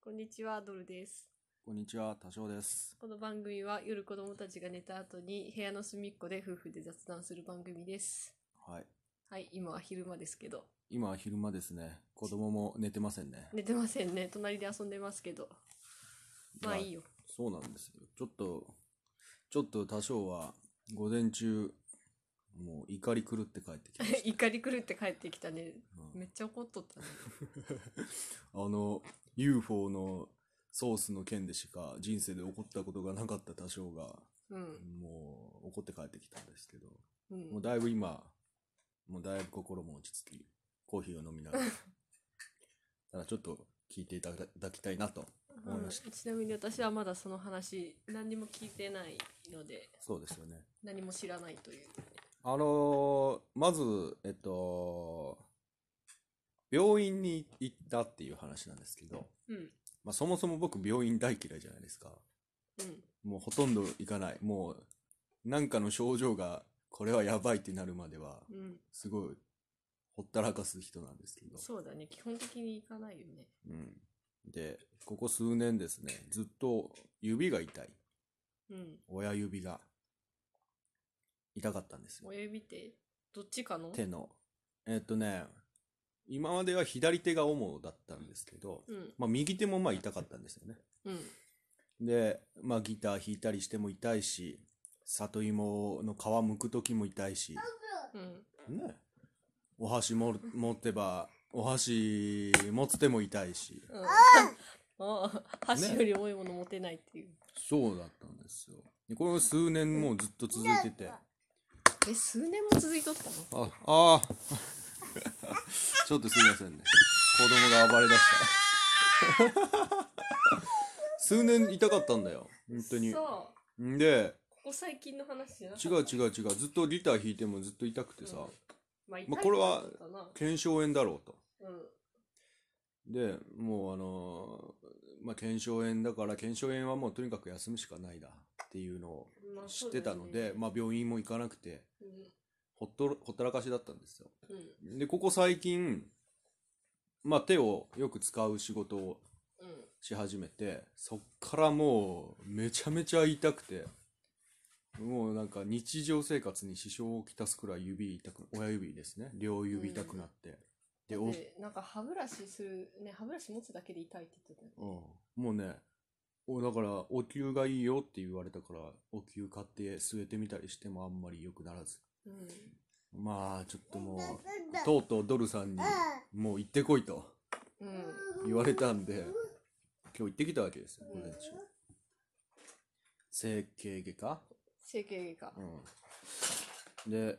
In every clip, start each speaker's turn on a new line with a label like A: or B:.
A: こんにちは、ドルです。
B: こんにちは、多少です。
A: この番組は夜子供たちが寝た後に部屋の隅っこで夫婦で雑談する番組です。
B: はい。
A: はい、今は昼間ですけど。
B: 今は昼間ですね。子供も寝てませんね。
A: 寝てませんね。隣で遊んでますけど。まあいいよ。
B: そうなんですよ。ちょっと多少は午前中、もう怒り狂って帰ってきました。
A: 怒り狂って帰ってきたね。めっちゃ怒っとったね。
B: UFO のソースの件でしか人生で起こったことがなかった多少が、もう怒って帰ってきたんですけど、もうだいぶ今、もうだいぶ心も落ち着き、コーヒーを飲みながら、ただちょっと聞いていただきたいなと思いました。
A: ちなみに私はまだその話何にも聞いてないので、
B: そうですよね。
A: 何も知らないという。
B: まず、病院に行ったっていう話なんですけど、まあ、そもそも僕病院大嫌いじゃないですか。もうほとんど行かない。もう、なんかの症状が、これはやばいってなるまでは、すごい、ほったらかす人なんですけど。
A: そうだね、基本的に行かないよね。
B: で、ここ数年ですね、ずっと指が痛い。親指が痛かったんですよ。
A: 親指ってどっちかの？
B: 手の。今までは左手が主だったんですけど、まあ右手もまあ痛かったんですよね。で、まあギター弾いたりしても痛いし、里芋の皮剥く時も痛いし、ね、お箸持ってば、お箸持つ手も痛いし。
A: 箸より重いもの持てないっていう。
B: そうだったんですよ。これ数年もうずっと続いてて。
A: 数年も続いとったの？
B: ちょっとすいませんね。子供が暴れ出した。数年痛かったんだよ。本当に。で、
A: ここ最近の話じゃなかった？
B: 違う。ずっとギター弾いてもずっと痛くてさ。まあこれは腱鞘炎だろうと。で、もうまあ腱鞘炎だから腱鞘炎はもうとにかく休むしかないだっていうのを知ってたので、まあ病院も行かなくて、ほったらかしだったんですよ。で、ここ最近、まあ手をよく使う仕事をし始めて、そっからもうめちゃめちゃ痛くて、もうなんか日常生活に支障をきたすくらい親指ですね、両指痛くなって。
A: でなんか歯ブラシするね、歯ブラシ持つだけで痛いって言ってたよね。
B: もうね、だからお灸がいいよって言われたからお灸買って据えてみたりしてもあんまり良くならず、まあちょっともうとうとうドルさんにもう行ってこいと言われたんで、今日行ってきたわけですよ、午前中。整形外科。で、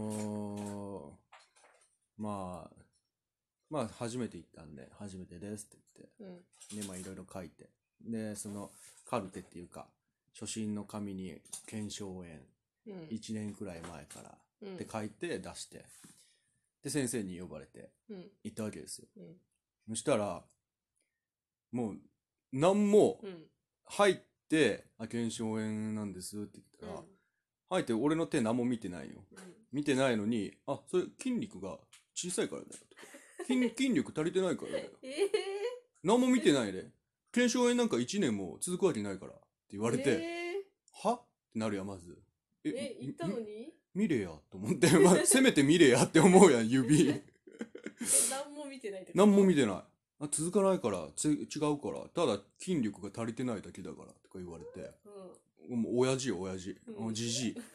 B: まあ初めて行ったんで、初めてですって言って、でまあいろいろ書いて、でそのカルテっていうか初診の紙に腱鞘炎、1年くらい前からって書いて出して、で先生に呼ばれて行ったわけですよ。そしたらもう何も入って腱鞘炎なんですって言ったら、入って俺の手何も見てないよ。見てないのに、それ筋肉が小さいからだよと。筋力足りてないからだよ。何も見てないで。腱鞘炎なんか1年も続くわけないからって言われて、はってなるや、まず。
A: 言ったのに
B: 見れやと思って、まあ、せめて見れやって思うやん、指。
A: 何も見てないって。
B: 何も見てない。続かないから、違うから、ただ筋力が足りてないだけだからとか言われて、もう親父よ、親父。じじい。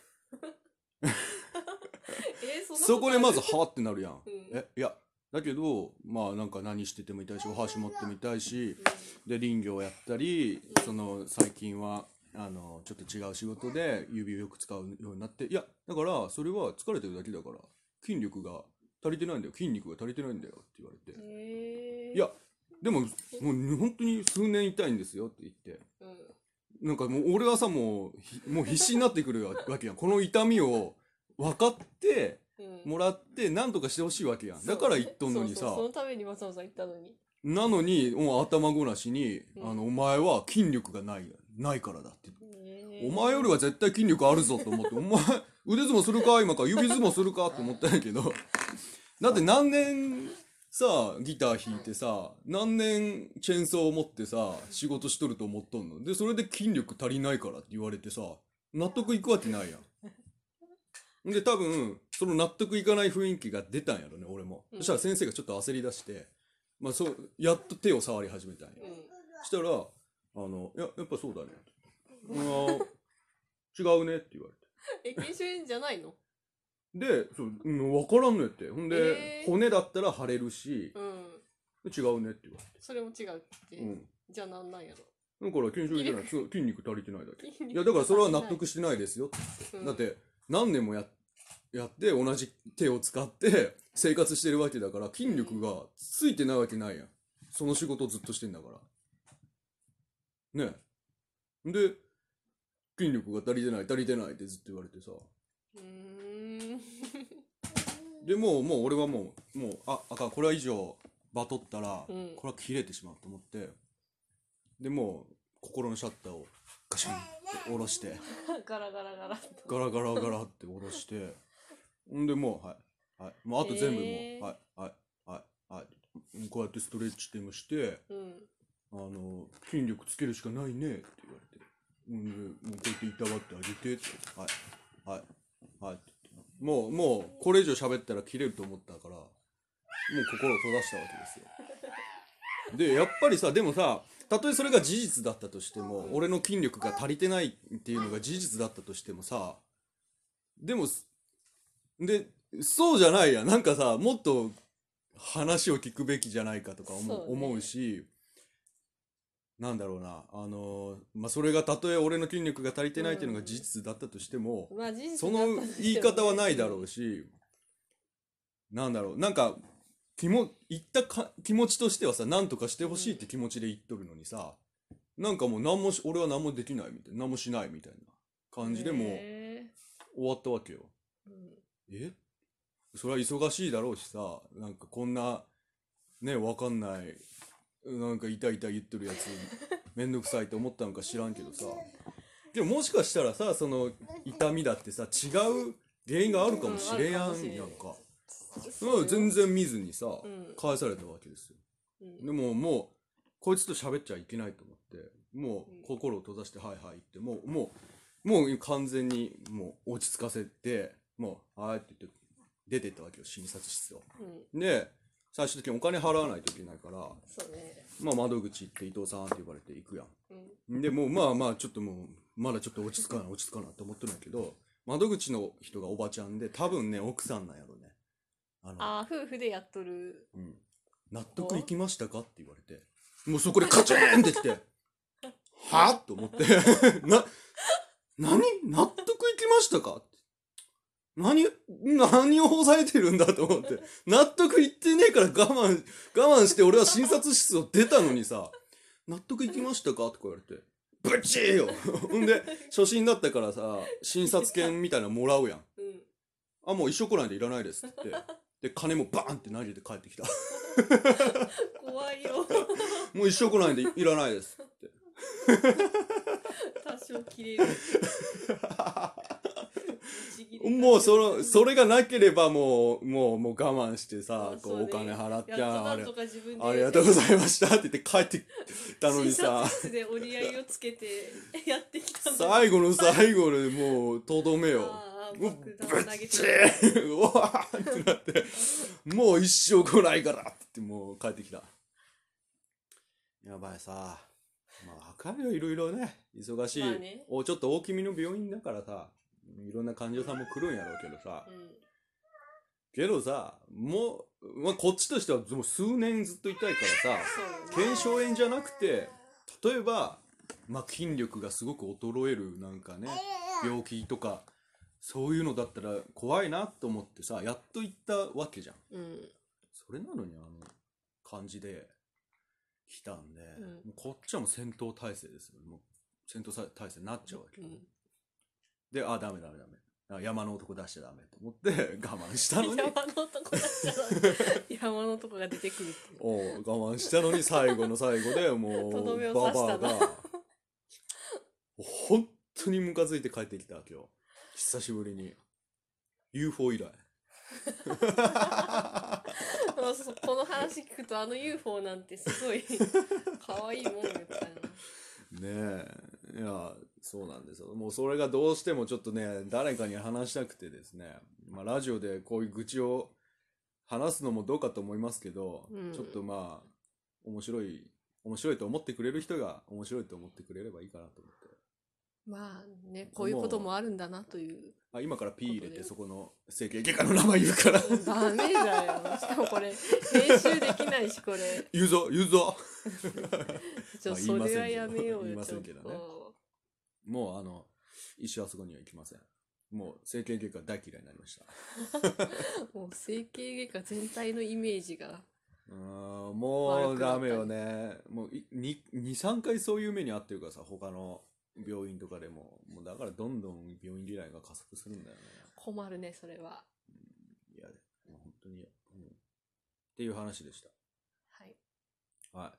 B: そこでまずはってなるやん。いや、だけど、まあなんか何してても痛いし、お箸持っても痛いし、で、林業やったり、最近は、ちょっと違う仕事で指をよく使うようになって、いや、だからそれは疲れてるだけだから、筋力が足りてないんだよ、筋肉が足りてないんだよって言われて。いや、でも、もう本当に数年痛いんですよって言って。なんかもう俺はさ、もう必死になってくるわけやん。この痛みを分かってもらって何とかしてほしいわけやん。だから言っとんのにさ。
A: そのためにわざわざ言ったのに。
B: なのに、もう頭ごなしに、お前は筋力がないからだって。お前よりは絶対筋力あるぞと思って、お前、腕相撲するか今から指相撲するかって思ったんやけど、だって何年さあギター弾いてさ何年チェーンソーを持ってさ仕事しとると思っとんので、それで筋力足りないからって言われてさ納得いくわけないやん。で多分その納得いかない雰囲気が出たんやろね俺も、そしたら先生がちょっと焦り出して、まあ、そうやっと手を触り始めたんや、そしたらやっぱそうだね違うねって言われて
A: 研修炎じゃないの？
B: で、分からんのやって。ほんで、骨だったら腫れるし、違うねって言われて。
A: それも違うって。じゃあなんなんやろ。
B: だから筋肉足りてないだけ。いやだからそれは納得してないですよって。だって何年もやって同じ手を使って生活してるわけだから筋力がついてないわけないやん。その仕事をずっとしてんだから。ねえ。で、筋力が足りてないってずっと言われてさ。でもう俺はもうあかん、これは以上バトったら、これは切れてしまうと思って、でもう心のシャッターをガシャンって下ろして
A: ガラガラガラって
B: 下ろしてんでもうもうあと全部もうこうやってストレッチでもして、筋力つけるしかないねって言われて、もうこうやっていたわってあげてってもうこれ以上喋ったら切れると思ったから、もう心を閉ざしたわけですよ。でやっぱりさ、でもさ、たとえそれが事実だったとしても、俺の筋力が足りてないっていうのが事実だったとしてもさ、でもそうじゃないやん。なんかさ、もっと話を聞くべきじゃないかとか思うし、なんだろうな、それがたとえ俺の筋力が足りてないっていうのが事実だったとしても、その言い方はないだろうし、なんだろう、なんか言った気持ちとしてはさ、何とかしてほしいって気持ちで言っとるのにさ、なんかもう俺は何もできないみたいな、何もしないみたいな感じでもう終わったわけよ。それは忙しいだろうしさ、なんかこんなね、わかんないなんか痛い言ってるやつめんどくさいと思ったのか知らんけどさ、でももしかしたらさ、その痛みだってさ違う原因があるかもしれんやんか。全然見ずにさ、返されたわけですよ。でももうこいつと喋っちゃいけないと思って、もう心を閉ざしてはいってもう完全にもう落ち着かせて、もうはいって言って出てったわけよ、診察室を。で最終的にお金払わないといけないから、まあ窓口行って伊藤さんって呼ばれて行くやん。でもうまあちょっともうまだちょっと落ち着かないって思ってるんやけど、窓口の人がおばちゃんで、多分ね奥さんなんやろね。
A: 夫婦でやっとる。
B: 納得いきましたかって言われて、もうそこでカチーンってきてはぁと思って何納得いきましたかって、何を抑えてるんだと思って、納得いってねえから我慢して俺は診察室を出たのにさ、納得いきましたかとか言われてブチーよほんで初診だったからさ、診察券みたいなのもらうやん。もう一生来ないでいらないですって言って、で金もバーンって投げて帰ってきた
A: 怖いよ
B: もう一生来ないでいらないですって
A: 多少切れる
B: もうそれがなければもう我慢してさ、こうお金払ってありがとうございましたって言って帰ってたのにさ、
A: 診察室で折り合いをつけてやってきたのに
B: 最後の最後でもうとどめよ、もうぶっちーうわーってなってもう一生来ないからって言ってもう帰ってきた。やばいさ、分かるよ、いろいろね忙しい、ちょっと大きめの病院だからさ、いろんな患者さんも来るんやろうけどさ、もう、こっちとしてはもう数年ずっと痛いからさ、腱鞘炎じゃなくて、例えば、筋力がすごく衰えるなんかね病気とかそういうのだったら怖いなと思ってさ、やっと行ったわけじゃん。それなのに感じで来たんで、もうこっちはもう戦闘態勢ですよ。もう戦闘態勢になっちゃうわけ。で、ダメ。山の男出しちゃダメと思って我慢したのに
A: 山の男出しちゃダメ山の男が出てくるって
B: 我慢したのに最後の最後でもうババアが本当にムカついて帰ってきたわけよ、久しぶりに UFO 以来
A: この話聞くとUFO なんてすごい可愛いもんみたい
B: な。ねえ。いや、そうなんですよ。もうそれがどうしてもちょっとね、誰かに話したくてですね。まあラジオでこういう愚痴を話すのもどうかと思いますけど、ちょっとまあ、面白いと思ってくれる人が面白いと思ってくれればいいかなと思って。
A: まあね、こういうこともあるんだなという。
B: 今から P 入れてそこの整形外科の名前言うから。
A: ダメだよ。しかもこれ編集できないし、これ。
B: 言うぞ
A: それはやめようよ。
B: 言いませんけどね。もう一生あそこには行きません。もう整形外科大嫌いになりました。
A: もう整形外科全体のイメージが。
B: もうダメよね。もう2、3回そういう目に遭ってるからさ、他の病院とかでも。もうだからどんどん病院嫌いが加速するんだよね。
A: 困るね、それは。
B: いや、もう本当に、っていう話でした。
A: はい。
B: はい。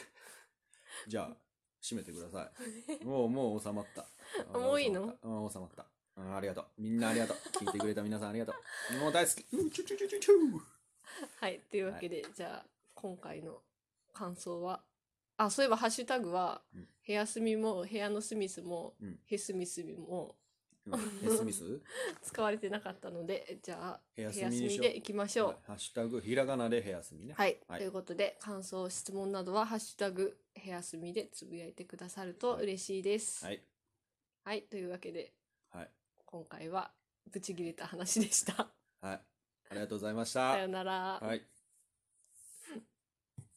B: じゃあ、閉めてください。もう収まった。
A: もういいの？
B: 収まった。ありがとう。みんなありがとう。聞いてくれた皆さんありがとう。もう大好き。
A: はい。というわけで、じゃあ、今回の感想は、そういえばハッシュタグは、部屋住みも、部屋のスミスも、ヘスミスも、
B: ヘスミス
A: 使われてなかったので、じゃあ、
B: 部屋
A: 住みでいきましょう。
B: ハッシュタグ、ひらがなで部屋住みね。
A: はい。ということで、感想、質問などは、ハッシュタグ、部屋住みでつぶやいてくださると嬉しいです。
B: はい。
A: はい。というわけで、
B: はい。
A: 今回は、ブチ切れた話でした。
B: はい。ありがとうございました。
A: さよなら。
B: はい。